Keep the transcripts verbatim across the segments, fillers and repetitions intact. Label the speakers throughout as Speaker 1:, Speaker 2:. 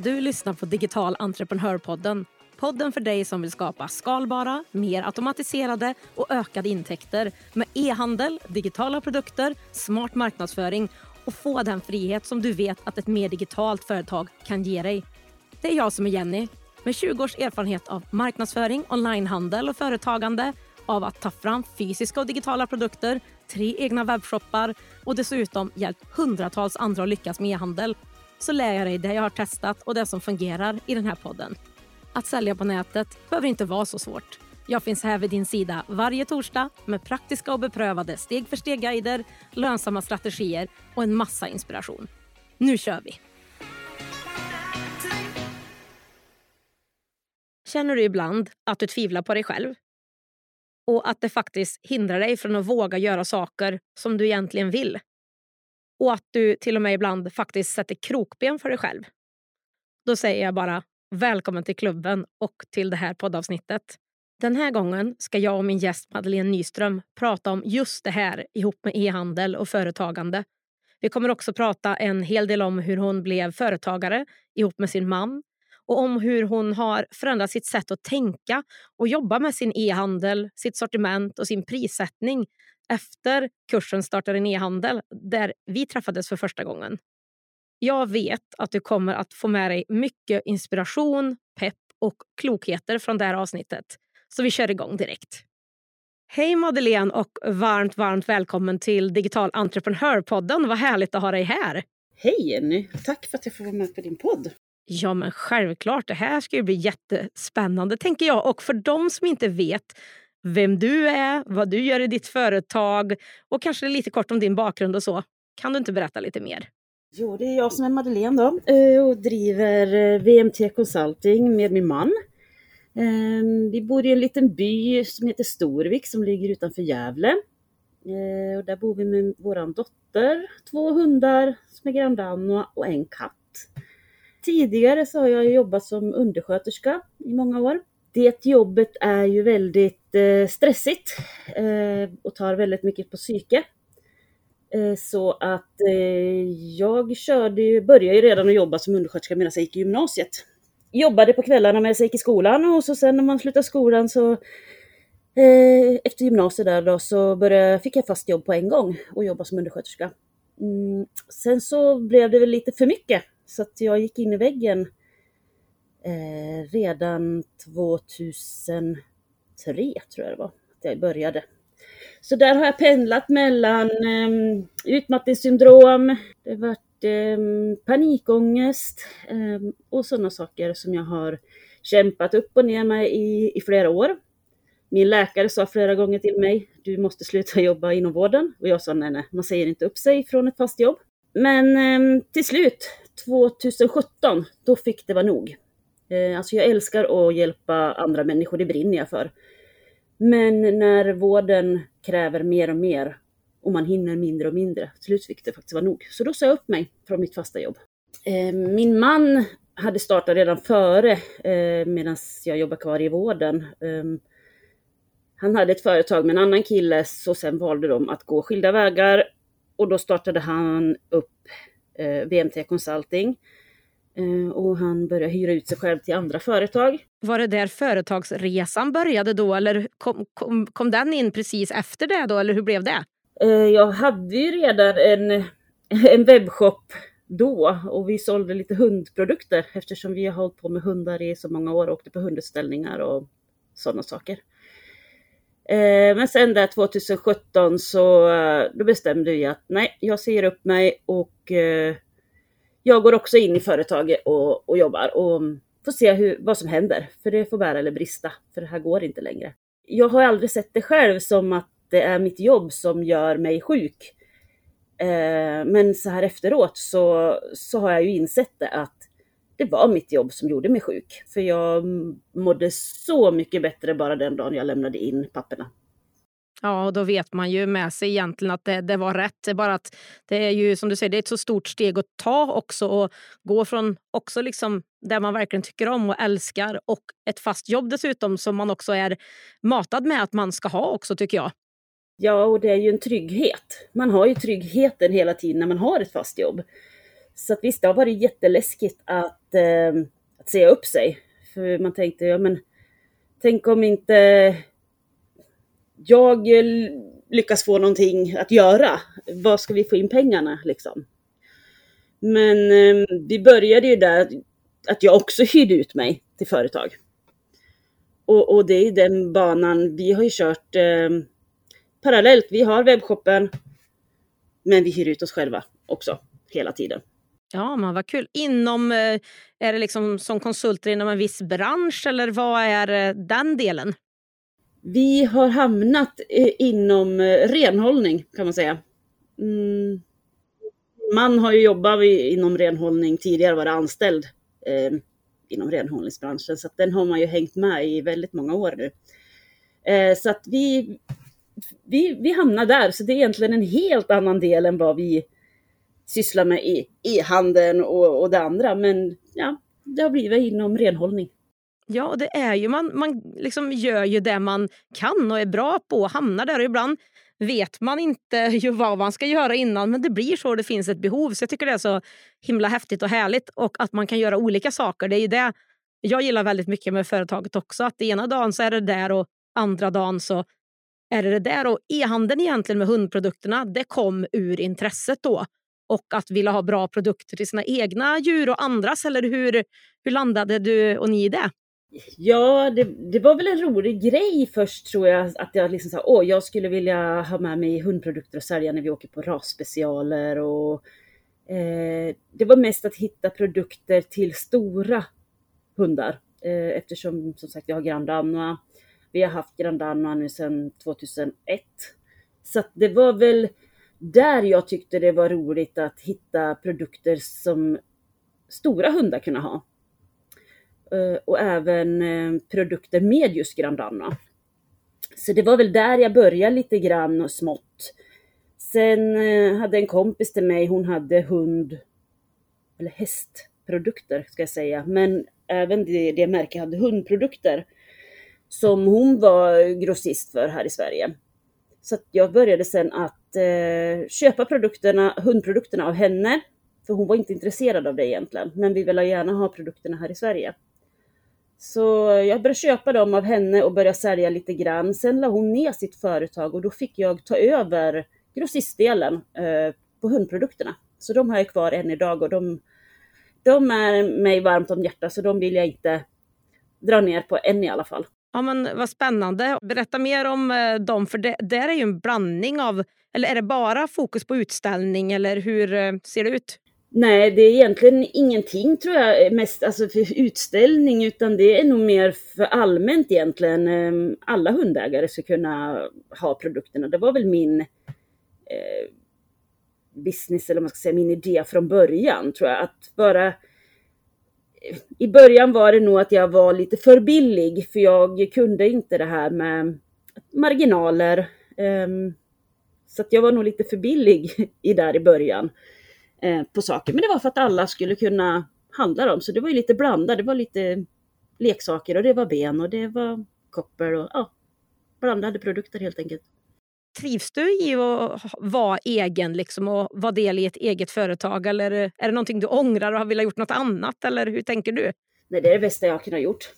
Speaker 1: Du lyssnar på Digital Entreprenörpodden. Podden för dig som vill skapa skalbara, mer automatiserade och ökade intäkter med e-handel, digitala produkter, smart marknadsföring och få den frihet som du vet att ett mer digitalt företag kan ge dig. Det är jag som är Jenny, med tjugo års erfarenhet av marknadsföring, onlinehandel och företagande, av att ta fram fysiska och digitala produkter, tre egna webbshoppar och dessutom hjälpt hundratals andra att lyckas med e-handel. Så lär jag dig det jag har testat och det som fungerar i den här podden. Att sälja på nätet behöver inte vara så svårt. Jag finns här vid din sida varje torsdag med praktiska och beprövade steg-för-steg-guider, lönsamma strategier och en massa inspiration. Nu kör vi! Känner du ibland att du tvivlar på dig själv? Och att det faktiskt hindrar dig från att våga göra saker som du egentligen vill? Och att du till och med ibland faktiskt sätter krokben för dig själv? Då säger jag bara välkommen till klubben och till det här poddavsnittet. Den här gången ska jag och min gäst Madeleine Nyström prata om just det här ihop med e-handel och företagande. Vi kommer också prata en hel del om hur hon blev företagare ihop med sin man och om hur hon har förändrat sitt sätt att tänka och jobba med sin e-handel, sitt sortiment och sin prissättning efter kursen Startar en e-handel där vi träffades för första gången. Jag vet att du kommer att få med dig mycket inspiration, pepp och klokheter från det här avsnittet. Så vi kör igång direkt. Hej Madeleine och varmt, varmt välkommen till Digital Entreprenörpodden. Vad härligt att ha dig här.
Speaker 2: Hej Jenny, tack för att jag får vara med på din podd.
Speaker 1: Ja men självklart, det här ska ju bli jättespännande tänker jag. Och för de som inte vet vem du är, vad du gör i ditt företag och kanske lite kort om din bakgrund och så. Kan du inte berätta lite mer?
Speaker 2: Jo, det är jag som är Madeleine då och driver V M T Consulting med min man. Vi bor i en liten by som heter Storvik som ligger utanför Gävle. Och där bor vi med våran dotter, två hundar som är granndanna och en katt. Tidigare så har jag jobbat som undersköterska i många år. Det jobbet är ju väldigt stressigt och tar väldigt mycket på psyke. Så att jag körde, började ju redan att jobba som undersköterska medan jag gick i gymnasiet. Jobbade på kvällarna medan jag gick i skolan och så sen när man slutade skolan så eh, efter gymnasiet där då så började, fick jag fast jobb på en gång och jobba som undersköterska. Mm, sen så blev det väl lite för mycket så att jag gick in i väggen eh, redan tvåtusentre tror jag det var att jag började. Så där har jag pendlat mellan um, utmattningssyndrom, det har varit um, panikångest um, och sådana saker som jag har kämpat upp och ner med i, i flera år. Min läkare sa flera gånger till mig, du måste sluta jobba inom vården. Och jag sa nej, nej, man säger inte upp sig från ett fast jobb. Men um, till slut, tjugosjutton, då fick det vara nog. Uh, alltså jag älskar att hjälpa andra människor, det brinner jag för. Men när vården kräver mer och mer och man hinner mindre och mindre, till slut fick det faktiskt vara nog. Så då sa jag upp mig från mitt fasta jobb. Eh, min man hade startat redan före eh, medan jag jobbade kvar i vården. Eh, han hade ett företag med en annan kille så sen valde de att gå skilda vägar. Och då startade han upp eh, V M T Consulting. Och han började hyra ut sig själv till andra företag.
Speaker 1: Var det där företagsresan började då eller kom, kom, kom den in precis efter det då eller hur blev det?
Speaker 2: Jag hade ju redan en, en webbshop då och vi sålde lite hundprodukter eftersom vi har hållit på med hundar i så många år och åkte på hundutställningar och sådana saker. Men sen där tjugosjutton så då bestämde vi att nej, jag säger upp mig och jag går också in i företaget och, och jobbar och får se hur, vad som händer. För det får bära eller brista. För det här går inte längre. Jag har aldrig sett det själv som att det är mitt jobb som gör mig sjuk. Eh, men så här efteråt så, så har jag ju insett det att det var mitt jobb som gjorde mig sjuk. För jag mådde så mycket bättre bara den dagen jag lämnade in papperna.
Speaker 1: Ja, och då vet man ju med sig egentligen att det, det var rätt. Det är bara att det är ju som du säger, det är ett så stort steg att ta också och gå från också liksom där man verkligen tycker om och älskar och ett fast jobb dessutom som man också är matad med att man ska ha också tycker jag.
Speaker 2: Ja, och det är ju en trygghet. Man har ju tryggheten hela tiden när man har ett fast jobb. Så att visst, det har varit jätteläskigt att, eh, att säga upp sig. För man tänkte, ja men tänk om inte jag lyckas få någonting att göra. Var ska vi få in pengarna liksom? Men eh, vi började ju där att jag också hyrde ut mig till företag. Och, och det är den banan vi har ju kört eh, parallellt. Vi har webbshoppen, men vi hyr ut oss själva också hela tiden.
Speaker 1: Ja, men vad kul. Inom, eh, är det liksom som konsulter inom en viss bransch eller vad är eh, den delen?
Speaker 2: Vi har hamnat eh, inom eh, renhållning kan man säga. Mm. Man har ju jobbat inom renhållning tidigare, var anställd eh, inom renhållningsbranschen. Så att den har man ju hängt med i väldigt många år nu. Eh, så att vi, vi, vi hamnar där. Så det är egentligen en helt annan del än vad vi sysslar med i e-handeln och, och det andra. Men ja, det har blivit inom renhållning.
Speaker 1: Ja, och det är ju man, man liksom gör ju det man kan och är bra på och hamnar där. Och ibland vet man inte ju vad man ska göra innan, men det blir så, det finns ett behov. Så jag tycker det är så himla häftigt och härligt och att man kan göra olika saker. Det är ju det jag gillar väldigt mycket med företaget också. Att ena dagen så är det där och andra dagen så är det det där. Och e-handeln egentligen med hundprodukterna, det kom ur intresset då. Och att vilja ha bra produkter till sina egna djur och andras. Eller hur, hur landade du och ni i det?
Speaker 2: Ja, det, det var väl en rolig grej först tror jag. Att jag liksom sa, åh jag skulle vilja ha med mig hundprodukter och sälja när vi åker på rasspecialer. Och, eh, det var mest att hitta produkter till stora hundar. Eh, eftersom som sagt jag har Grand Danois. Vi har haft Grand Danois nu sedan tvåtusenett. Så att det var väl där jag tyckte det var roligt att hitta produkter som stora hundar kunde ha. Och även produkter med just Grand Danois. Så det var väl där jag började lite grann och smått. Sen hade en kompis till mig, hon hade hund eller hästprodukter ska jag säga. Men även det, det märket hade hundprodukter som hon var grossist för här i Sverige. Så att jag började sen att eh, köpa produkterna, hundprodukterna av henne. För hon var inte intresserad av det egentligen. Men vi ville gärna ha produkterna här i Sverige. Så jag började köpa dem av henne och började sälja lite grann. Sen la hon ner sitt företag och då fick jag ta över grossistdelen eh, på hundprodukterna. Så de har jag kvar än idag och de, de är mig varmt om hjärtat så de vill jag inte dra ner på än i alla fall.
Speaker 1: Ja, men vad spännande. Berätta mer om eh, dem, för det där är ju en blandning av, eller är det bara fokus på utställning eller hur eh, ser det ut?
Speaker 2: Nej, det är egentligen ingenting tror jag, mest alltså för utställning utan det är nog mer för allmänt egentligen. Alla hundägare ska kunna ha produkterna. Det var väl min eh, business eller man ska säga min idé från början tror jag. Att bara, i början var det nog att jag var lite för billig för jag kunde inte det här med marginaler. Eh, så att jag var nog lite för billig i där i början. På saker. Men det var för att alla skulle kunna handla dem. Så det var ju lite blandat. Det var lite leksaker och det var ben och det var koppar och ja, blandade produkter helt enkelt.
Speaker 1: Trivs du i att vara egen liksom och vara del i ett eget företag? Eller är det någonting du ångrar och har velat gjort något annat? Eller hur tänker du?
Speaker 2: Nej, det är det bästa jag har kunnat gjort.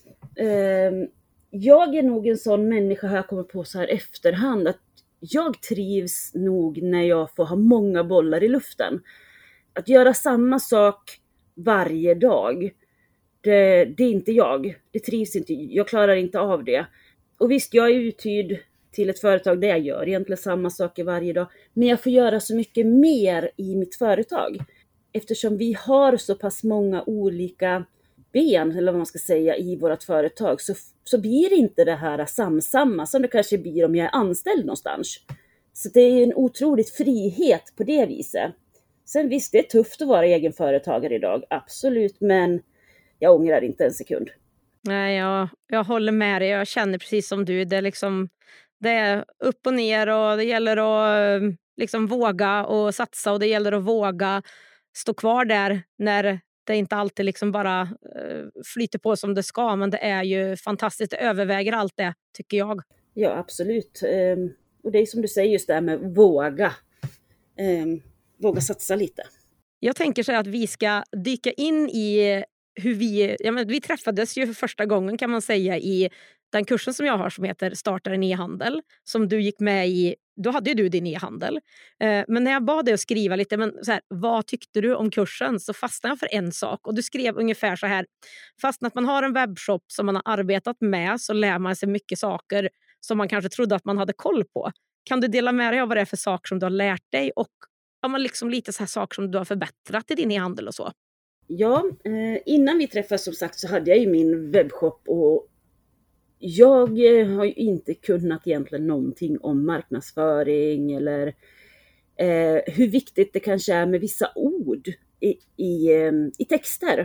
Speaker 2: Jag är nog en sån människa här jag kommer på så här efterhand att jag trivs nog när jag får ha många bollar i luften. Att göra samma sak varje dag, det, det är inte jag. Det trivs inte. Jag klarar inte av det. Och visst, jag är uthyrd till ett företag där jag gör egentligen samma saker varje dag. Men jag får göra så mycket mer i mitt företag. Eftersom vi har så pass många olika ben, eller vad man ska säga, i vårt företag. Så, så blir det inte det här samsamma som det kanske blir om jag är anställd någonstans. Så det är en otroligt frihet på det viset. Sen visst, det är tufft att vara egenföretagare idag, absolut, men jag ångrar inte en sekund.
Speaker 1: Nej, jag, jag håller med dig, jag känner precis som du. Det är, liksom, det är upp och ner och det gäller att liksom våga och satsa och det gäller att våga stå kvar där när det inte alltid liksom bara flyter på som det ska. Men det är ju fantastiskt, det överväger allt det, tycker jag.
Speaker 2: Ja, absolut. Och det är som du säger just det här med våga. Våga satsa lite.
Speaker 1: Jag tänker så här att vi ska dyka in i hur vi... Ja, men vi träffades ju för första gången kan man säga i den kursen som jag har som heter Starta en e-handel. Som du gick med i... Då hade ju du din e-handel. Eh, men när jag bad dig att skriva lite, men så här, vad tyckte du om kursen? Så fastnade jag för en sak. Och du skrev ungefär så här. Fast att man har en webbshop som man har arbetat med så lär man sig mycket saker som man kanske trodde att man hade koll på. Kan du dela med dig av vad det är för saker som du har lärt dig och ja, men liksom lite så här saker som du har förbättrat i din e-handel och så?
Speaker 2: Ja, eh, innan vi träffades som sagt så hade jag ju min webbshop och jag eh, har ju inte kunnat egentligen någonting om marknadsföring eller eh, hur viktigt det kanske är med vissa ord i, i, eh, i texter.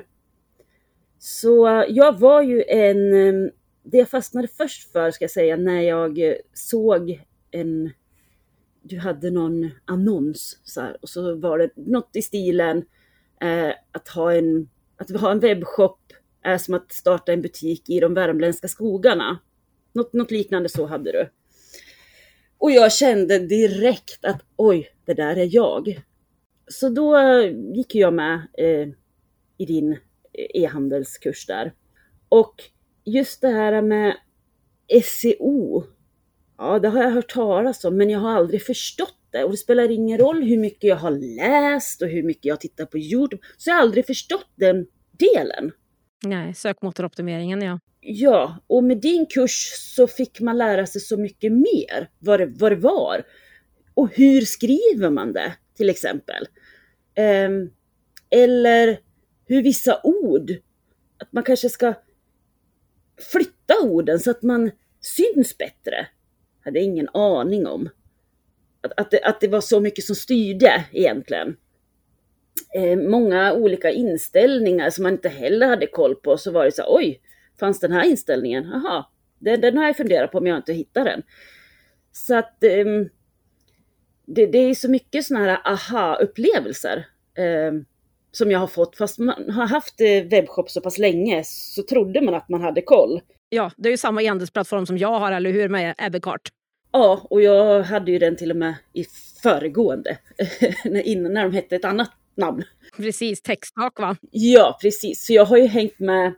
Speaker 2: Så jag var ju en, eh, det jag fastnade först för ska jag säga när jag eh, såg en, du hade någon annons så här, och så var det något i stilen eh, att ha en, att ha en webbshop är som att starta en butik i de värmländska skogarna. Något, något liknande så hade du. Och jag kände direkt att oj, det där är jag. Så då gick jag med eh, i din e-handelskurs där. Och just det här med S E O. Ja, det har jag hört talas om, men jag har aldrig förstått det. Och det spelar ingen roll hur mycket jag har läst och hur mycket jag tittar på YouTube. Så jag har aldrig förstått den delen.
Speaker 1: Nej, sökmotoroptimeringen, ja.
Speaker 2: Ja, och med din kurs så fick man lära sig så mycket mer vad det, vad det var. Och hur skriver man det, till exempel. Um, eller hur vissa ord, att man kanske ska flytta orden så att man syns bättre. Hade ingen aning om. Att, att, det, att det var så mycket som styrde egentligen. Eh, många olika inställningar som man inte heller hade koll på. Så var det så här, oj, fanns den här inställningen? Jaha, den, den har jag funderat på om jag inte hittar den. Så att eh, det, det är så mycket såna här aha-upplevelser eh, som jag har fått. Fast man har haft eh, webbshop så pass länge så trodde man att man hade koll.
Speaker 1: Ja, det är ju samma e-handelsplattform som jag har, eller hur, med Ebbecart.
Speaker 2: Ja, och jag hade ju den till och med i föregående, innan när de hette ett annat namn.
Speaker 1: Precis, Techstalk va?
Speaker 2: Ja, precis. Så jag har ju hängt med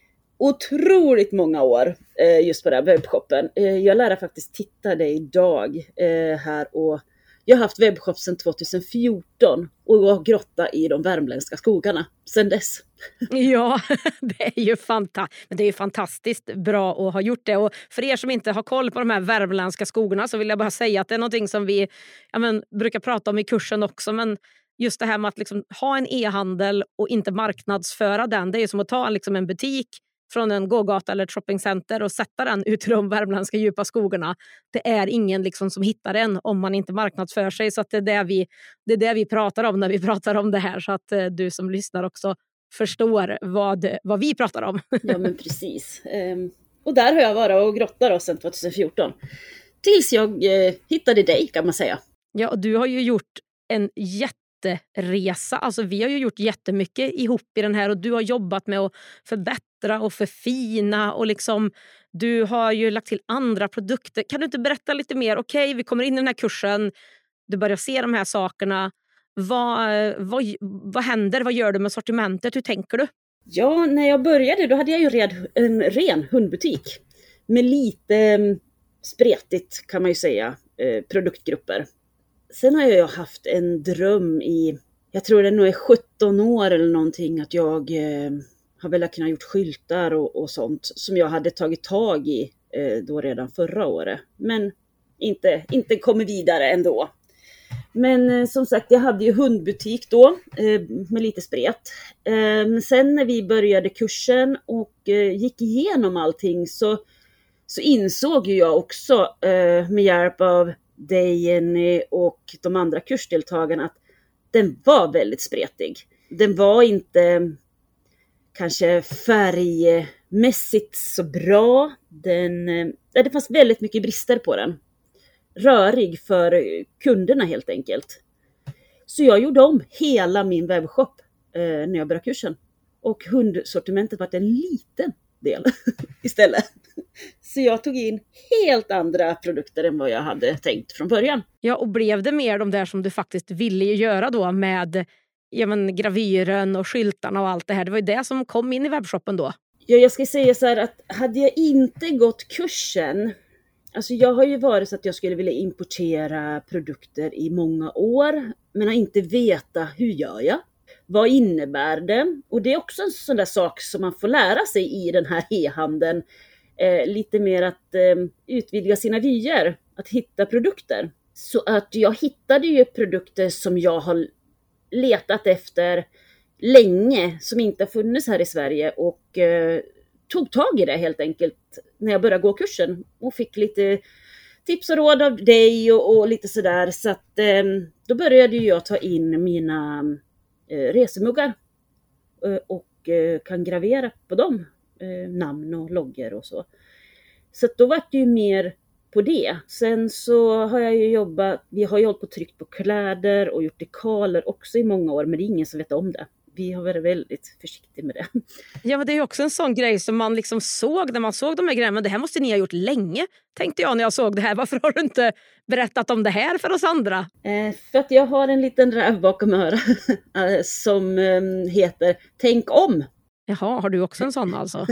Speaker 2: otroligt många år eh, just på den här webbshoppen. Eh, jag lärde faktiskt titta det idag eh, här och jag har haft webbshop sedan tjugohundrafjorton och har grotta i de värmländska skogarna sedan dess.
Speaker 1: Ja, det är ju fantastiskt. Men det är ju fantastiskt bra att ha gjort det. Och för er som inte har koll på de här värmländska skogarna så vill jag bara säga att det är någonting som vi ja, men, brukar prata om i kursen också. Men just det här med att liksom, ha en e-handel och inte marknadsföra den. Det är ju som att ta liksom, en butik från en gågata eller ett shoppingcenter och sätta den ut i de värmländska djupa skogarna. Det är ingen liksom som hittar den om man inte marknadsför sig. Så att det, är det, vi, det är det vi pratar om när vi pratar om det här. Så att eh, du som lyssnar också förstår vad, vad vi pratar om.
Speaker 2: Ja men precis. Um, och där har jag varit och grottat sedan tjugohundrafjorton. Tills jag eh, hittade dig kan man säga.
Speaker 1: Ja, och du har ju gjort en jätteresa. Alltså vi har ju gjort jättemycket ihop i den här och du har jobbat med att förbättra och förfina och liksom du har ju lagt till andra produkter. Kan du inte berätta lite mer? Okej, vi kommer in i den här kursen. Du börjar se de här sakerna. Vad, vad, vad händer? Vad gör du med sortimentet? Hur tänker du?
Speaker 2: Ja, när jag började då hade jag ju red, en ren hundbutik. Med lite spretigt kan man ju säga, eh, produktgrupper. Sen har jag haft en dröm i, jag tror det nog är sjutton år eller någonting, att jag eh, har velat kunna gjort skyltar och, och sånt som jag hade tagit tag i eh, då redan förra året. Men inte, inte kommer vidare ändå. Men eh, som sagt, jag hade ju hundbutik då eh, med lite spret. Eh, sen när vi började kursen och eh, gick igenom allting så, så insåg ju jag också eh, med hjälp av dig, Jenny, och de andra kursdeltagarna att den var väldigt spretig. Den var inte kanske färgmässigt så bra. Den, det fanns väldigt mycket brister på den. Rörig för kunderna helt enkelt. Så jag gjorde om hela min webbshop eh, när jag började kursen. Och hundsortimentet var en liten del istället. Så jag tog in helt andra produkter än vad jag hade tänkt från början.
Speaker 1: Ja, och blev det mer de där som du faktiskt ville göra då med ja, men, gravyren och skyltarna och allt det här. Det var ju det som kom in i webbshoppen då.
Speaker 2: Ja, jag ska säga så här att hade jag inte gått kursen, alltså jag har ju varit så att jag skulle vilja importera produkter i många år, men har inte vetat hur gör jag? Vad innebär det? Och det är också en sån där sak som man får lära sig i den här e-handeln. Eh, lite mer att eh, utvidga sina vyer, att hitta produkter. Så att jag hittade ju produkter som jag har letat efter länge, som inte har funnits här i Sverige, och eh, tog tag i det helt enkelt när jag började gå kursen och fick lite tips och råd av dig och, och lite sådär. Så att eh, då började jag ta in mina eh, resemuggar eh, och eh, kan gravera på dem eh, namn och loggor och så. Så att då var det ju mer på det. Sen så har jag ju jobbat, vi har ju hållit på tryckt på kläder och gjort dekaler också i många år, men det är ingen som vet om det. Vi har varit väldigt försiktiga med det.
Speaker 1: Ja, men det är ju också en sån grej som man liksom såg när man såg de här grejerna. Men det här måste ni ha gjort länge, tänkte jag när jag såg det här. Varför har du inte berättat om det här för oss andra?
Speaker 2: Eh, för att jag har en liten räv bakom örat som eh, heter Tänk om.
Speaker 1: Jaha, har du också en sån alltså?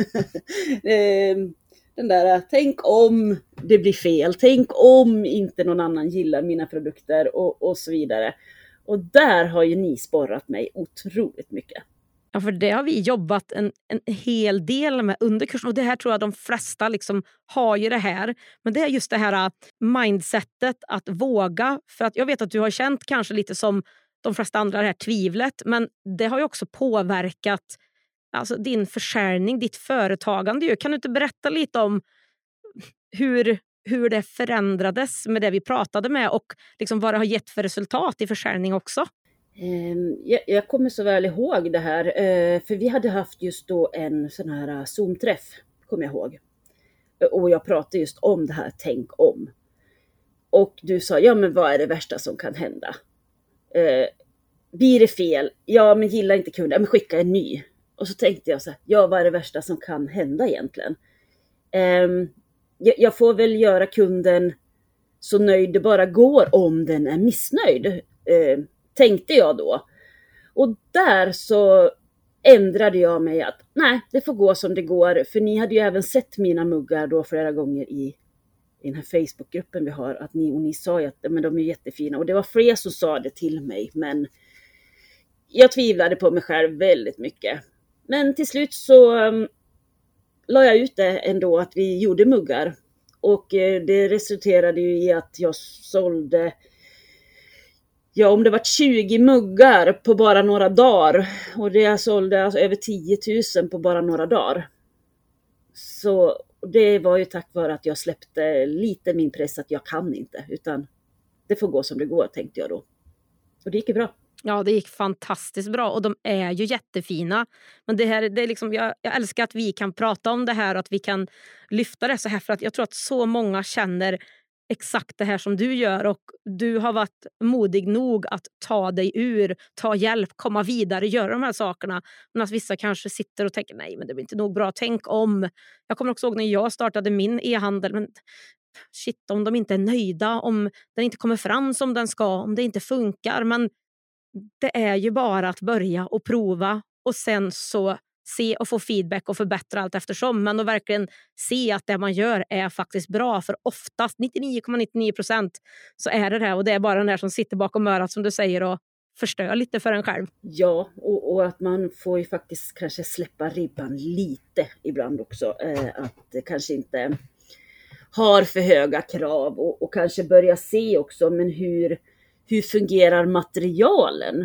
Speaker 2: eh, den där, tänk om det blir fel. Tänk om inte någon annan gillar mina produkter och, och så vidare. Och där har ju ni sporrat mig otroligt mycket.
Speaker 1: Ja, för det har vi jobbat en, en hel del med under kursen. Och det här tror jag de flesta liksom har ju det här. Men det är just det här mindsetet att våga. För att jag vet att du har känt kanske lite som de flesta andra det här tvivlet. Men det har ju också påverkat alltså, din försäljning, ditt företagande. Kan du inte berätta lite om hur... hur det förändrades med det vi pratade med och liksom vad det har gett för resultat i försäljning också?
Speaker 2: Jag, jag kommer så väl ihåg det här, för vi hade haft just då en sån här Zoom-träff, kommer jag ihåg. Och jag pratade just om det här, tänk om. Och du sa, ja men vad är det värsta som kan hända? Blir det fel? Ja men gillar inte kunden, ja, men skicka en ny. Och så tänkte jag så här, ja vad är det värsta som kan hända egentligen? Jag får väl göra kunden så nöjd det bara går om den är missnöjd, eh, tänkte jag då. Och där så ändrade jag mig att nej, det får gå som det går. För ni hade ju även sett mina muggar då flera gånger i, i den här Facebookgruppen vi har. Att ni, och ni sa ju att men de är jättefina. Och det var fler som sa det till mig. Men jag tvivlade på mig själv väldigt mycket. Men till slut så... Um, la jag ut det ändå att vi gjorde muggar. Och det resulterade ju i att jag sålde, ja om det var tjugo muggar på bara några dagar. Och det jag sålde alltså över tio tusen på bara några dagar. Så det var ju tack vare att jag släppte lite min press att jag kan inte. Utan det får gå som det går, tänkte jag då. Och det gick ju bra.
Speaker 1: Ja, det gick fantastiskt bra och de är ju jättefina. Men det här, det är liksom, jag, jag älskar att vi kan prata om det här och att vi kan lyfta det så här. För att jag tror att så många känner exakt det här som du gör. Och du har varit modig nog att ta dig ur, ta hjälp, komma vidare, göra de här sakerna. Men att vissa kanske sitter och tänker, nej men det blir inte nog bra, tänk om. Jag kommer också ihåg när jag startade min e-handel, men shit om de inte är nöjda, om den inte kommer fram som den ska, om det inte funkar. Men det är ju bara att börja och prova och sen så se och få feedback och förbättra allt eftersom. Men att verkligen se att det man gör är faktiskt bra. För oftast, nittionio komma nittionio procent så är det det. Och det är bara den där som sitter bakom örat som du säger och förstör lite för en själv.
Speaker 2: Ja, och, och att man får ju faktiskt kanske släppa ribban lite ibland också. Eh, att det kanske inte har för höga krav och, och kanske börja se också men hur... Hur fungerar materialen?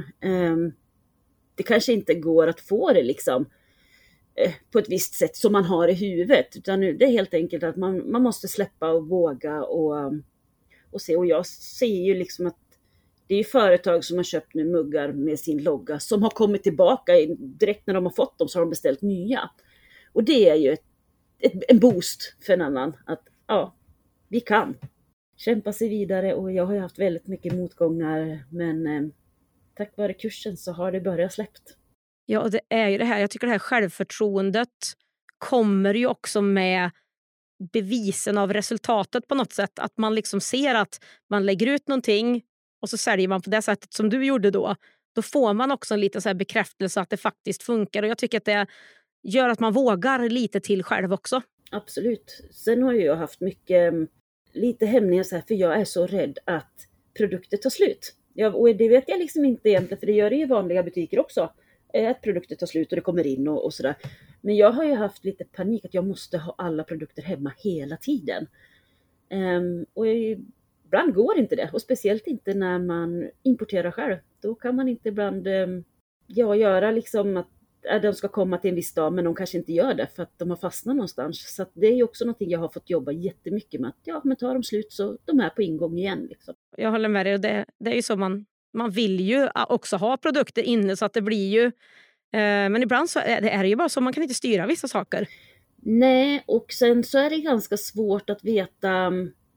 Speaker 2: Det kanske inte går att få det liksom på ett visst sätt som man har i huvudet. Utan det är helt enkelt att man, man måste släppa och våga och, och se. Och jag ser ju liksom att det är företag som har köpt nu muggar med sin logga som har kommit tillbaka direkt när de har fått dem så har de beställt nya. Och det är ju ett, ett, en boost för en annan att ja, vi kan. Kämpa sig vidare och jag har ju haft väldigt mycket motgångar men eh, tack vare kursen så har det börjat släppt.
Speaker 1: Ja, och det är ju det här, jag tycker det här självförtroendet kommer ju också med bevisen av resultatet på något sätt. Att man liksom ser att man lägger ut någonting och så säljer man på det sättet som du gjorde då. då får man också en liten så här bekräftelse att det faktiskt funkar. Och jag tycker att det gör att man vågar lite till själv också.
Speaker 2: Absolut. Sen har jag haft mycket, lite hämningar så här, för jag är så rädd att produkter tar slut. Jag, och det vet jag liksom inte egentligen, för det gör det i vanliga butiker också. Att produkter tar slut och det kommer in och, och sådär. Men jag har ju haft lite panik att jag måste ha alla produkter hemma hela tiden. Um, och ibland går inte det. Och speciellt inte när man importerar själv. Då kan man inte ibland um, ja, göra liksom att äh, de ska komma till en viss dag, men de kanske inte gör det för att de har fastnat någonstans. Så att det är ju också någonting jag har fått jobba jättemycket med. Att ja, men tar de slut så de är på ingång igen. Liksom.
Speaker 1: Jag håller med dig. Det, det är ju så man, man vill ju också ha produkter inne så att det blir ju... Eh, men ibland så är det, är det ju bara så, man kan inte styra vissa saker.
Speaker 2: Nej, och sen så är det ganska svårt att veta.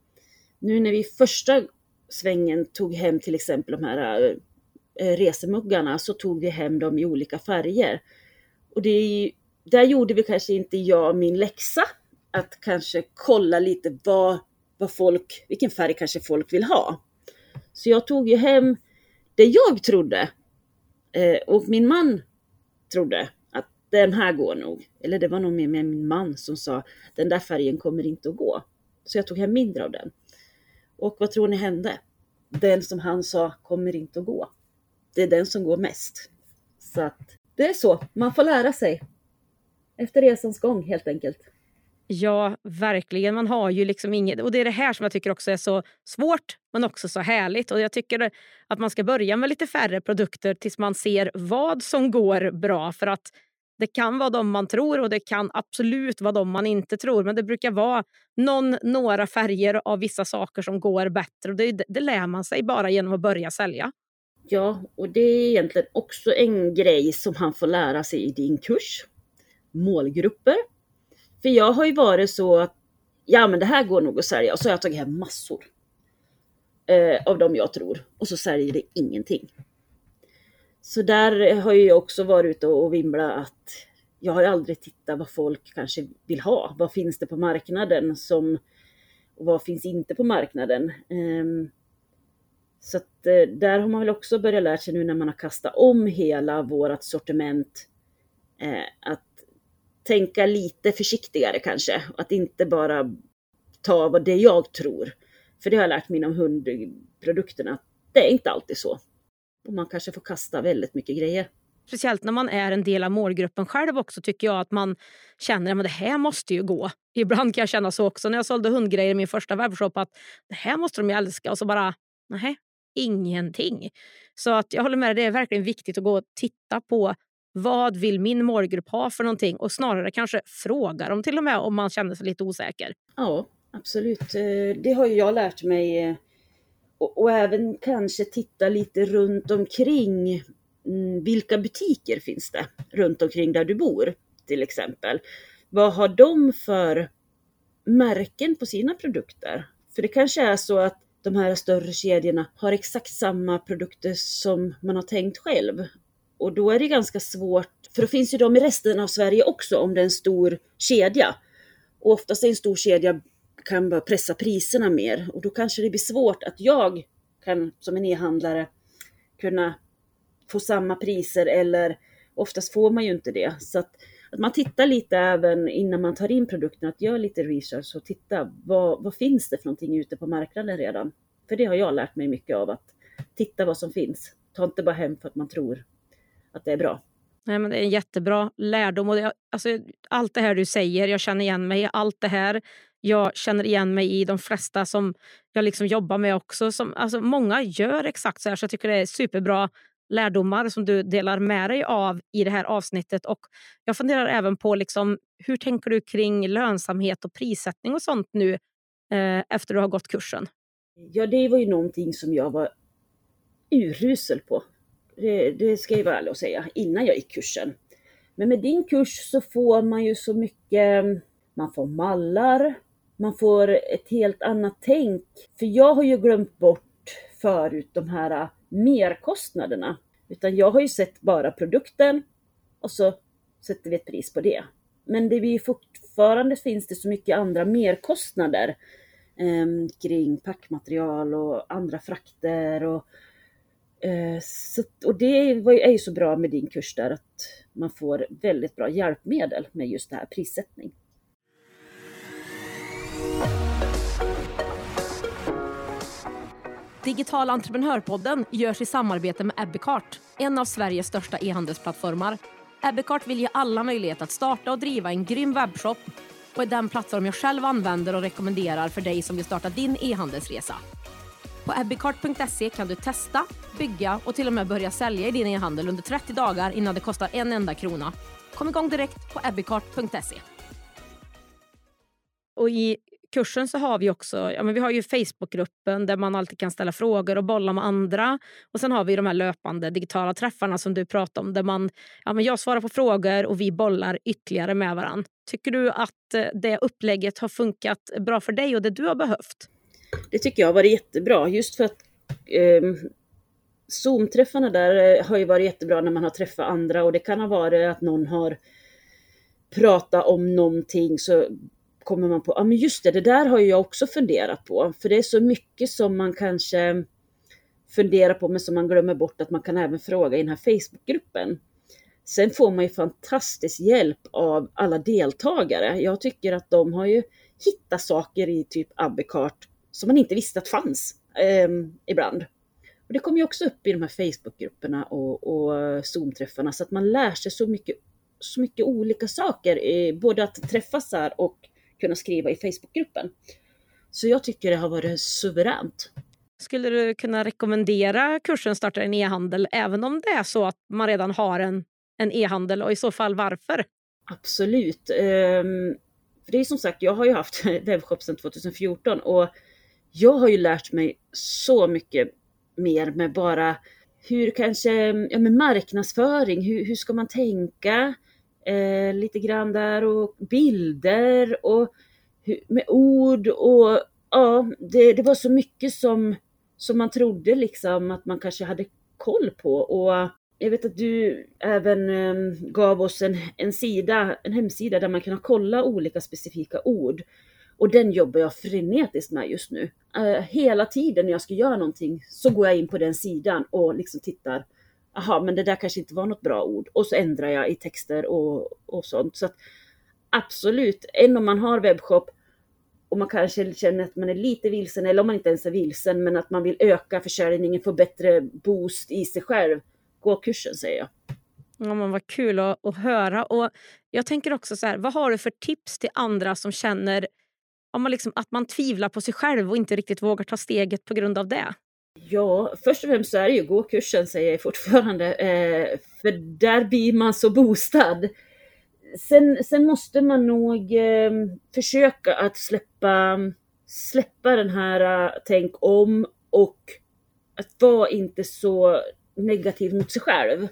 Speaker 2: Nu när vi första svängen tog hem till exempel de här äh, resemuggarna, så tog vi hem dem i olika färger. Och det, där gjorde vi kanske inte jag min läxa. Att kanske kolla lite vad, vad folk, vilken färg kanske folk vill ha. Så jag tog ju hem det jag trodde. Eh, och min man trodde att den här går nog. Eller det var nog mer med min man som sa den där färgen kommer inte att gå. Så jag tog hem mindre av den. Och vad tror ni hände? Den som han sa kommer inte att gå. Det är den som går mest. Så att det är så. Man får lära sig. Efter resans gång helt enkelt.
Speaker 1: Ja, verkligen. Man har ju liksom inget... Och det är det här som jag tycker också är så svårt, men också så härligt. Och jag tycker att man ska börja med lite färre produkter tills man ser vad som går bra. För att det kan vara de man tror och det kan absolut vara de man inte tror. Men det brukar vara någon, några färger av vissa saker som går bättre. Och det, det lär man sig bara genom att börja sälja.
Speaker 2: Ja, och det är egentligen också en grej som han får lära sig i din kurs. Målgrupper. För jag har ju varit så att ja, men det här går nog att sälja. Och så har jag tagit hem massor eh, av dem jag tror. Och så säljer det ingenting. Så där har jag också varit ute och vimbla att jag har aldrig tittat vad folk kanske vill ha. Vad finns det på marknaden som, och vad finns inte på marknaden. Um, så att eh, där har man väl också börjat lära sig nu när man har kastat om hela vårat sortiment. Eh, att tänka lite försiktigare kanske. Att inte bara ta vad det jag tror. För det har jag lärt mig inom hundprodukterna. Det är inte alltid så. Och man kanske får kasta väldigt mycket grejer.
Speaker 1: Speciellt när man är en del av målgruppen själv också tycker jag att man känner att det här måste ju gå. Ibland kan jag känna så också när jag sålde hundgrejer i min första webbshop att det här måste de ju älska och så bara, nej, ingenting. Så att jag håller med dig, det är verkligen viktigt att gå och titta på vad vill min målgrupp ha för någonting och snarare kanske fråga dem till och med om man känner sig lite osäker.
Speaker 2: Ja, absolut. Det har ju jag lärt mig. Och, och även kanske titta lite runt omkring. Vilka butiker finns det runt omkring där du bor till exempel? Vad har de för märken på sina produkter? För det kanske är så att de här större kedjorna har exakt samma produkter som man har tänkt själv. Och då är det ganska svårt, för då finns ju de i resten av Sverige också om det är en stor kedja. Och oftast är en stor kedja kan bara pressa priserna mer. Och då kanske det blir svårt att jag kan som en e-handlare kunna få samma priser, eller oftast får man ju inte det. Så att, att man tittar lite även innan man tar in produkten, att göra lite research och titta vad, vad finns det för någonting ute på marknaden redan. För det har jag lärt mig mycket av, att titta vad som finns. Ta inte bara hem för att man tror att det är bra.
Speaker 1: Nej, men det är en jättebra lärdom. Och det, alltså, allt det här du säger, jag känner igen mig i allt det här. Jag känner igen mig i de flesta som jag liksom jobbar med också. Som, alltså, många gör exakt så här, så jag tycker det är superbra lärdomar som du delar med dig av i det här avsnittet. Och jag funderar även på liksom, hur tänker du kring lönsamhet och prissättning och sånt nu eh, efter du har gått kursen?
Speaker 2: Ja, det var ju någonting som jag var urusel på. Det, det ska jag vara ärlig och säga, innan jag gick kursen. Men med din kurs så får man ju så mycket, man får mallar, man får ett helt annat tänk. För jag har ju glömt bort förut de här merkostnaderna. Utan jag har ju sett bara produkten och så sätter vi ett pris på det. Men det vi fortfarande finns det så mycket andra merkostnader eh, kring packmaterial och andra frakter och Eh, så, och det var ju, är ju så bra med din kurs där, att man får väldigt bra hjälpmedel med just det här prissättning.
Speaker 1: Digital entreprenörpodden görs i samarbete med Ebbecart, en av Sveriges största e-handelsplattformar. Ebbecart vill ge alla möjlighet att starta och driva en grym webbshop och är den plattform jag själv använder och rekommenderar för dig som vill starta din e-handelsresa. På ebbecart punkt se kan du testa, bygga och till och med börja sälja i din e-handel under trettio dagar innan det kostar en enda krona. Kom igång direkt på ebbecart punkt se. Och i kursen så har vi också, ja men vi har ju Facebookgruppen där man alltid kan ställa frågor och bolla med andra. Och sen har vi de här löpande digitala träffarna som du pratar om, där man, ja men jag svarar på frågor och vi bollar ytterligare med varandra. Tycker du att det upplägget har funkat bra för dig och det du har behövt?
Speaker 2: Det tycker jag har varit jättebra, just för att eh, Zoom-träffarna där har ju varit jättebra när man har träffat andra, och det kan ha varit att någon har pratat om någonting, så kommer man på, ja men just det, det där har jag också funderat på. För det är så mycket som man kanske funderar på, men som man glömmer bort att man kan även fråga i den här Facebookgruppen. Sen får man ju fantastisk hjälp av alla deltagare. Jag tycker att de har ju hittat saker i typ Ebbecart som man inte visste att fanns eh, ibland. Och det kommer ju också upp i de här Facebookgrupperna och, och Zoom-träffarna, så att man lär sig så mycket, så mycket olika saker, eh, både att träffas här och kunna skriva i Facebookgruppen. Så jag tycker det har varit suveränt.
Speaker 1: Skulle du kunna rekommendera kursen Starta en e-handel även om det är så att man redan har en, en e-handel, och i så fall varför?
Speaker 2: Absolut. Um, för det är som sagt, jag har ju haft webbshop sedan tjugohundrafjorton och jag har ju lärt mig så mycket mer med bara hur kanske, ja men marknadsföring, hur, hur ska man tänka? Eh, lite grann där, och bilder och med ord, och ja, det, det var så mycket som, som man trodde liksom att man kanske hade koll på. Och jag vet att du även eh, gav oss en, en sida, en hemsida där man kan kolla olika specifika ord, och den jobbar jag frenetiskt med just nu. Eh, hela tiden när jag ska göra någonting så går jag in på den sidan och liksom tittar. Aha, men det där kanske inte var något bra ord. Och så ändrar jag i texter och, och sånt. Så att absolut, än om man har webbshop och man kanske känner att man är lite vilsen, eller om man inte ens är vilsen, men att man vill öka försäljningen, få bättre boost i sig själv. Gå kursen, säger jag.
Speaker 1: Ja, men vad kul att, att höra. Och jag tänker också så här, vad har du för tips till andra som känner om man liksom, att man tvivlar på sig själv och inte riktigt vågar ta steget på grund av det?
Speaker 2: Ja, först och främst så är det ju gå kursen, säger jag fortfarande. Eh, för där blir man så boostad. Sen, sen måste man nog eh, försöka att släppa, släppa den här uh, tänk om, och att vara inte så negativ mot sig själv.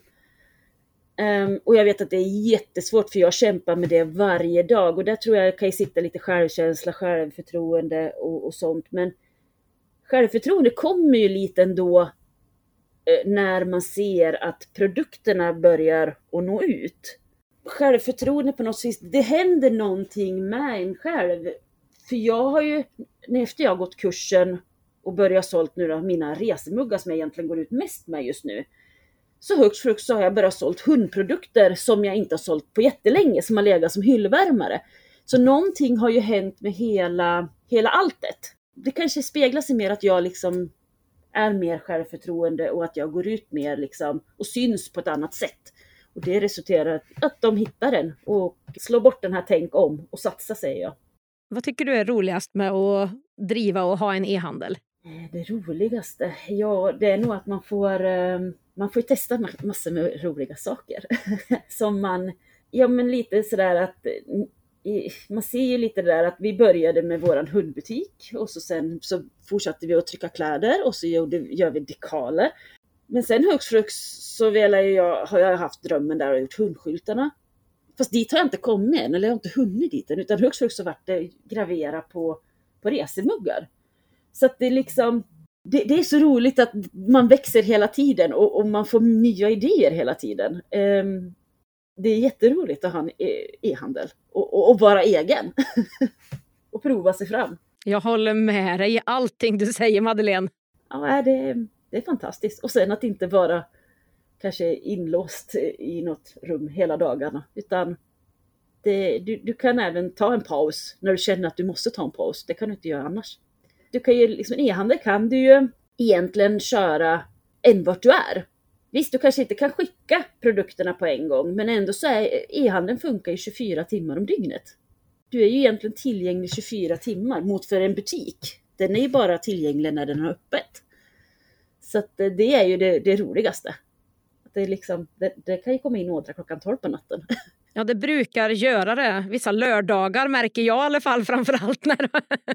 Speaker 2: Um, och jag vet att det är jättesvårt, för jag kämpar med det varje dag. Och där tror jag kan ju sitta lite självkänsla, självförtroende och, och sånt. Men självförtroende kommer ju lite ändå eh, när man ser att produkterna börjar att nå ut. Självförtroende på något vis, det händer någonting med en själv. För jag har ju, efter jag har gått kursen och börjat sålt nu då, mina resemuggar som jag egentligen går ut mest med just nu. Så högst frukt så har jag bara sålt hundprodukter som jag inte har sålt på jättelänge, som har legat som hyllvärmare. Så någonting har ju hänt med hela, hela alltet. Det kanske speglar sig mer att jag liksom är mer självförtroende och att jag går ut mer liksom och syns på ett annat sätt. Och det resulterar i att de hittar den och slår bort den här tänk om och satsa, säger jag.
Speaker 1: Vad tycker du är roligast med att driva och ha en e-handel?
Speaker 2: Det roligaste? Ja, det är nog att man får, man får testa massor med roliga saker. Som man, ja men lite sådär att, man ser ju lite där att vi började med våran hundbutik. Och så sen så fortsatte vi att trycka kläder och så gjorde, gör vi dekaler. Men sen högst frukt så väl jag, har jag haft drömmen där och gjort hundskyltarna. Fast dit har jag inte kommit än, eller jag har inte hunnit dit än. Utan högst frukt så vart det gravera på, på resemuggar. Så att det är liksom, det, det är så roligt att man växer hela tiden och, och man får nya idéer hela tiden. Um, det är jätteroligt att ha en e-handel och, och, och vara egen och prova sig fram.
Speaker 1: Jag håller med dig i allting du säger, Madeleine.
Speaker 2: Ja, det, det är fantastiskt. Och sen att inte vara kanske inlåst i något rum hela dagarna. Utan det, du, du kan även ta en paus när du känner att du måste ta en paus. Det kan du inte göra annars. Du kan ju, liksom, e-handel kan du ju egentligen köra än vart du är. Visst, du kanske inte kan skicka produkterna på en gång, men ändå så är e-handeln funkar ju tjugofyra timmar om dygnet. Du är ju egentligen tillgänglig tjugofyra timmar mot för en butik. Den är ju bara tillgänglig när den har öppet. Så att det är ju det, det roligaste. Det, är liksom, det, det kan ju komma in ådra klockan tolv på natten.
Speaker 1: Ja, det brukar göra det. Vissa lördagar märker jag i alla fall framförallt. När...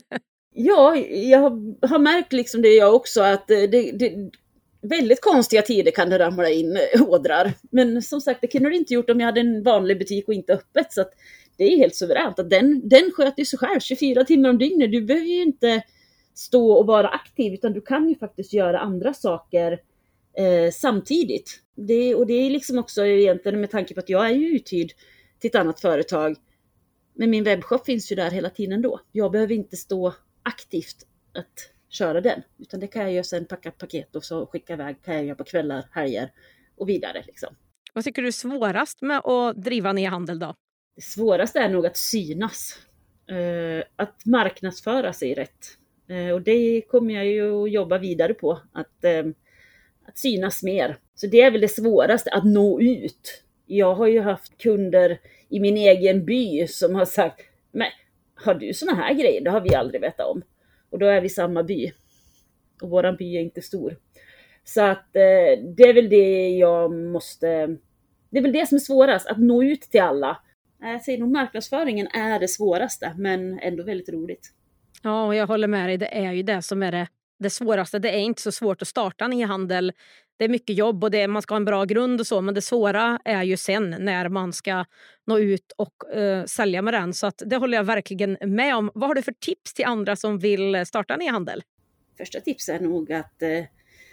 Speaker 2: ja, jag har märkt liksom det jag också, att det, det väldigt konstiga tider kan det ramla in ådrar. Men som sagt, det kunde det inte gjort om jag hade en vanlig butik och inte öppet. Så att det är helt suveränt. Att den, den sköter ju sig själv tjugofyra timmar om dygnet. Du behöver ju inte stå och vara aktiv, utan du kan ju faktiskt göra andra saker eh, samtidigt. Det, och det är liksom också egentligen med tanke på att jag är ju uthyrd till ett annat företag. Men min webbshop finns ju där hela tiden då. Jag behöver inte stå aktivt att köra den. Utan det kan jag göra sen, packa paket och så skicka iväg. Kan jag göra på kvällar, helger och vidare liksom.
Speaker 1: Vad tycker du är svårast med att driva en e-handel då?
Speaker 2: Det svåraste är nog att synas. Eh, att marknadsföra sig rätt. Eh, och det kommer jag ju att jobba vidare på. Att, eh, att synas mer. Så det är väl det svåraste, att nå ut. Jag har ju haft kunder i min egen by som har sagt, men har du såna här grejer? Det har vi aldrig vetat om. Och då är vi samma by. Och våran by är inte stor. Så att eh, det är väl det jag måste... Det är väl det som är svårast, att nå ut till alla. Jag säger nog marknadsföringen är det svåraste, men ändå väldigt roligt.
Speaker 1: Ja, och jag håller med dig. Det är ju det som är det, det svåraste. Det är inte så svårt att starta en e-handel. Det är mycket jobb och det, man ska ha en bra grund och så. Men det svåra är ju sen när man ska nå ut och uh, sälja med den. Så att det håller jag verkligen med om. Vad har du för tips till andra som vill starta en e-handel?
Speaker 2: Första tips är nog att uh,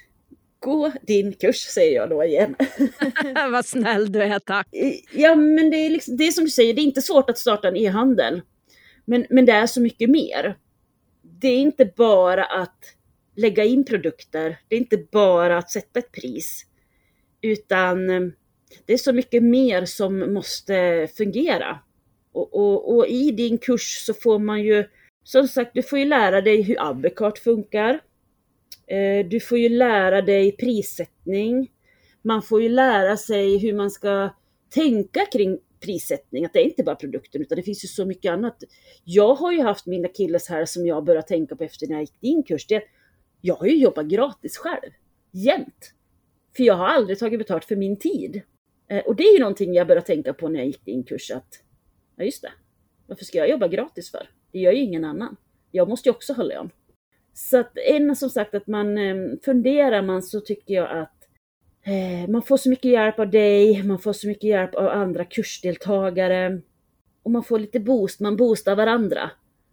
Speaker 2: gå din kurs, säger jag då igen.
Speaker 1: Vad snäll du är, tack.
Speaker 2: Ja, men det är, liksom, det är som du säger, det är inte svårt att starta en e-handel. Men, men det är så mycket mer. Det är inte bara att lägga in produkter. Det är inte bara att sätta ett pris. Utan det är så mycket mer som måste fungera. Och, och, och i din kurs så får man ju, som sagt, du får ju lära dig hur Abicart funkar. Du får ju lära dig prissättning. Man får ju lära sig hur man ska tänka kring prissättning. Att det är inte bara produkten, utan det finns ju så mycket annat. Jag har ju haft mina killes här som jag började tänka på efter när jag gick din kurs. Det, jag har ju jobbat gratis själv. Jämt. För jag har aldrig tagit betalt för min tid. Och det är ju någonting jag började tänka på när jag gick din kurs. Att, ja just det. Varför ska jag jobba gratis för? Det gör ju ingen annan. Jag måste ju också ha lön. Så att en som sagt att man funderar man, så tycker jag att eh, man får så mycket hjälp av dig. Man får så mycket hjälp av andra kursdeltagare. Och man får lite boost. Man boostar varandra.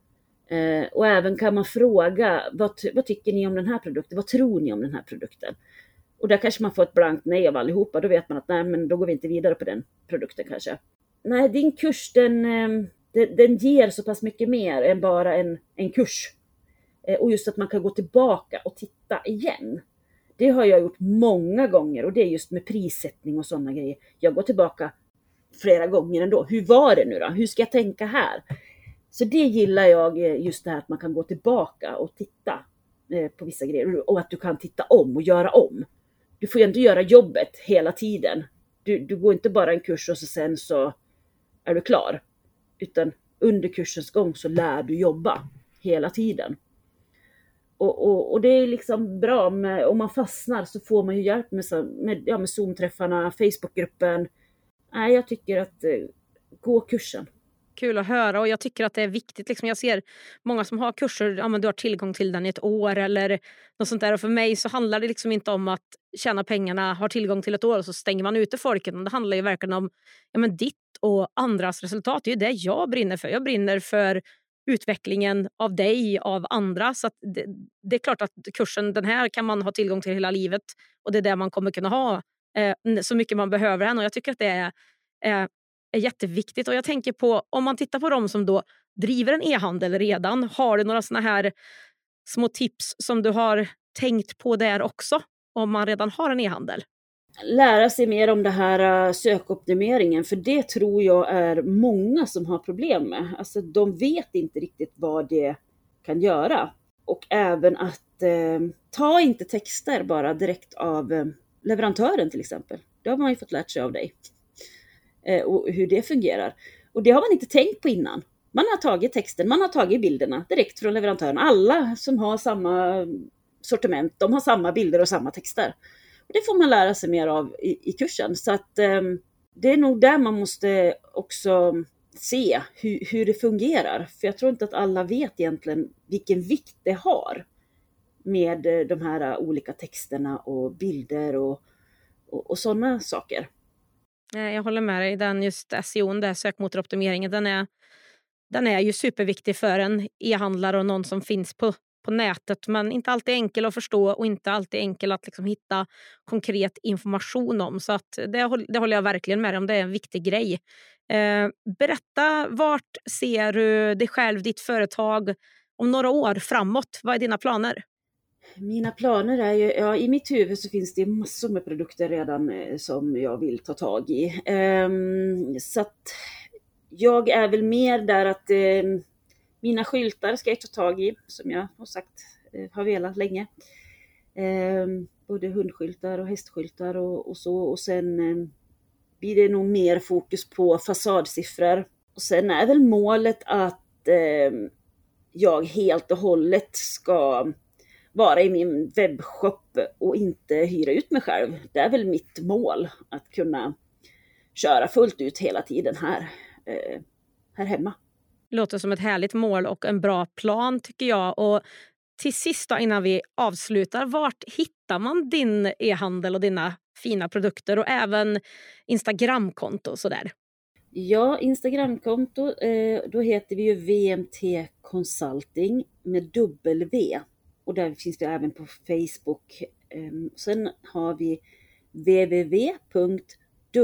Speaker 2: Eh, och även kan man fråga, vad, vad tycker ni om den här produkten? Vad tror ni om den här produkten? Och där kanske man får ett blankt nej av allihopa. Då vet man att nej, men då går vi inte vidare på den produkten kanske. Nej, din kurs den, eh, den, den ger så pass mycket mer än bara en, en kurs. Eh, och just att man kan gå tillbaka och titta igen. Det har jag gjort många gånger. Och det är just med prissättning och sådana grejer. Jag går tillbaka flera gånger ändå. Hur var det nu då? Hur ska jag tänka här? Så det gillar jag, just det här att man kan gå tillbaka och titta på vissa grejer. Och att du kan titta om och göra om. Du får ju ändå göra jobbet hela tiden. Du, du går inte bara en kurs och så sen så är du klar. Utan under kursens gång så lär du jobba hela tiden. Och, och, och det är liksom bra. Med, om man fastnar så får man ju hjälp med, med, ja, med Zoom-träffarna, Facebookgruppen. Nej, jag tycker att eh, gå kursen.
Speaker 1: Kul att höra, och jag tycker att det är viktigt. Liksom jag ser många som har kurser, ja, men du har tillgång till den i ett år eller något sånt där. Och för mig så handlar det liksom inte om att tjäna pengarna, har tillgång till ett år och så stänger man ute folket. Det handlar ju verkligen om ja, men ditt och andras resultat. Det är ju det jag brinner för. Jag brinner för utvecklingen av dig, av andra. Så att det, det är klart att kursen, den här kan man ha tillgång till hela livet. Och det är det man kommer kunna ha eh, så mycket man behöver den. Och jag tycker att det är... Eh, är jätteviktigt. Och jag tänker på, om man tittar på dem som då driver en e-handel redan, har du några såna här små tips som du har tänkt på där också? om man redan har en e-handel?
Speaker 2: Lära sig mer om det här sökoptimeringen, för det tror jag är många som har problem med. Alltså de vet inte riktigt vad det kan göra. Och även att eh, ta inte texter bara direkt av eh, leverantören till exempel. Det har man ju fått lärt sig av dig. Eh, och hur det fungerar. Och det har man inte tänkt på innan. Man har tagit texten, man har tagit bilderna direkt från leverantören. Alla som har samma sortiment, de har samma bilder och samma texter. Och det får man lära sig mer av i, i kursen. Så att eh, det är nog där man måste också se hur, hur det fungerar. För jag tror inte att alla vet egentligen vilken vikt det har med de här olika texterna och bilder och, och, och sådana saker.
Speaker 1: Jag håller med dig. Den just S E O, där sökmotoroptimeringen, den är, den är ju superviktig för en e-handlare och någon som finns på, på nätet, men inte alltid enkel att förstå och inte alltid enkel att liksom hitta konkret information om. Så att det, det håller jag verkligen med om. Det är en viktig grej. Eh, berätta, vart ser du dig själv, ditt företag om några år framåt? Vad är dina planer?
Speaker 2: Mina planer är ju, ja, i mitt huvud så finns det massor med produkter redan eh, som jag vill ta tag i. Eh, så att jag är väl mer där att eh, mina skyltar ska jag ta tag i, som jag har sagt, eh, har velat länge. Eh, både hundskyltar och hästskyltar och, och så. Och sen eh, blir det nog mer fokus på fasadsiffror. Och sen är väl målet att eh, jag helt och hållet ska vara i min webbshop och inte hyra ut mig själv. Det är väl mitt mål, att kunna köra fullt ut hela tiden här, eh, här hemma.
Speaker 1: Låter som ett härligt mål och en bra plan tycker jag. Och till sist då, innan vi avslutar, vart hittar man din e-handel och dina fina produkter och även Instagramkonto och sådär?
Speaker 2: Ja, Instagramkonto, eh, då heter vi ju V M T Consulting med W. Och där finns vi även på Facebook. Sen har vi w w w punkt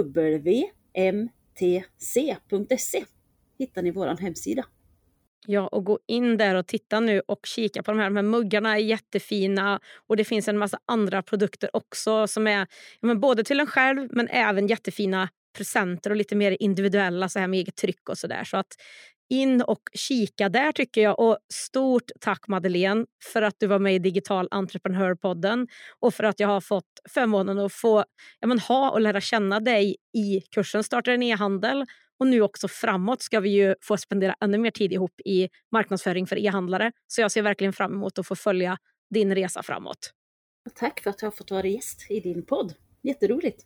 Speaker 2: w m t c punkt s e. Hittar ni våran hemsida.
Speaker 1: Ja, och gå in där och titta nu och kika på de här. De här muggarna är jättefina och det finns en massa andra produkter också som är ja, men både till en själv men även jättefina presenter och lite mer individuella så här med eget tryck och sådär. Så att in och kika där tycker jag. Och stort tack Madeleine för att du var med i Digital Entreprenör-podden och för att jag har fått förmånen att få ja, men, ha och lära känna dig i kursen Starta en e-handel. Och nu också framåt ska vi ju få spendera ännu mer tid ihop i marknadsföring för e-handlare. Så jag ser verkligen fram emot att få följa din resa framåt.
Speaker 2: Tack för att jag har fått vara gäst i din podd. Jätteroligt.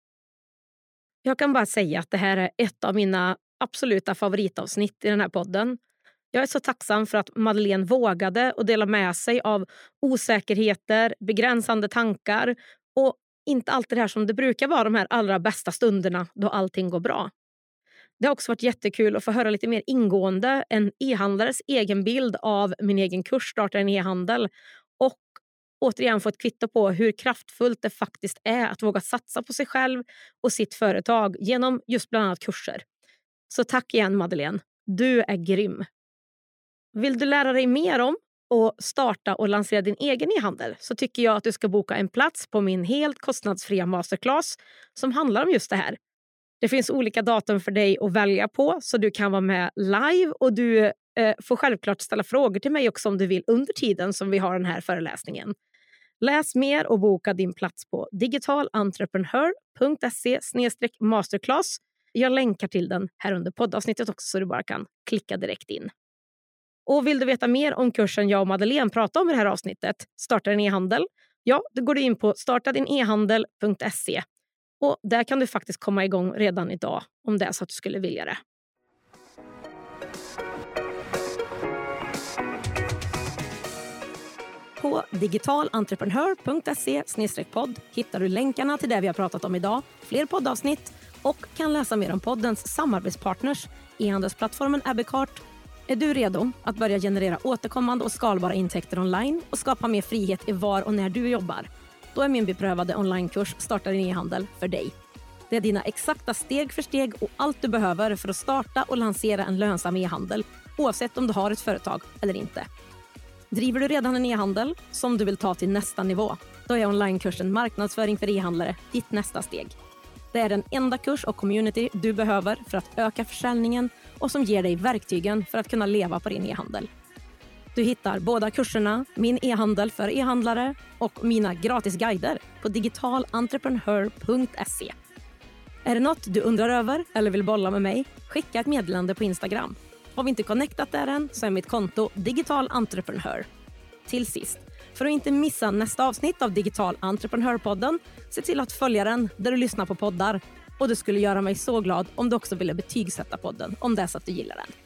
Speaker 1: Jag kan bara säga att det här är ett av mina absoluta favoritavsnitt i den här podden. Jag är så tacksam för att Madeleine vågade och dela med sig av osäkerheter, begränsande tankar och inte alltid det här som det brukar vara de här allra bästa stunderna då allting går bra. Det har också varit jättekul att få höra lite mer ingående en e-handlares egen bild av min egen kurs Starta en e-handel och återigen få ett kvitto på hur kraftfullt det faktiskt är att våga satsa på sig själv och sitt företag genom just bland annat kurser. Så tack igen Madeleine, du är grym. Vill du lära dig mer om och starta och lansera din egen e-handel så tycker jag att du ska boka en plats på min helt kostnadsfria masterclass som handlar om just det här. Det finns olika datum för dig att välja på så du kan vara med live och du eh, får självklart ställa frågor till mig också om du vill under tiden som vi har den här föreläsningen. Läs mer och boka din plats på digitalentreprenör punkt se slash masterclass. Jag länkar till den här under poddavsnittet också så du bara kan klicka direkt in. Och vill du veta mer om kursen jag och Madeleine pratar om i det här avsnittet, Starta en e-handel, ja, då går du in på starta din e handel punkt se. Och där kan du faktiskt komma igång redan idag om det är så att du skulle vilja det. På digitalentreprenör punkt se slash podd hittar du länkarna till det vi har pratat om idag, fler poddavsnitt och kan läsa mer om poddens samarbetspartners, e-handelsplattformen Abicart. Är du redo att börja generera återkommande och skalbara intäkter online och skapa mer frihet i var och när du jobbar? Då är min beprövade onlinekurs Starta din e-handel för dig. Det är dina exakta steg för steg och allt du behöver för att starta och lansera en lönsam e-handel oavsett om du har ett företag eller inte. Driver du redan en e-handel som du vill ta till nästa nivå? Då är onlinekursen Marknadsföring för e-handlare ditt nästa steg. Det är den enda kurs och community du behöver för att öka försäljningen och som ger dig verktygen för att kunna leva på din e-handel. Du hittar båda kurserna, min e-handel för e-handlare och mina gratis guider på digital entreprenör punkt se. Är det något du undrar över eller vill bolla med mig? Skicka ett meddelande på Instagram. Har vi inte connectat där än så är mitt konto Digital Entreprenör. Till sist, för att inte missa nästa avsnitt av Digital Entreprenörpodden, se till att följa den där du lyssnar på poddar. Och det skulle göra mig så glad om du också ville betygsätta podden om det är så att du gillar den.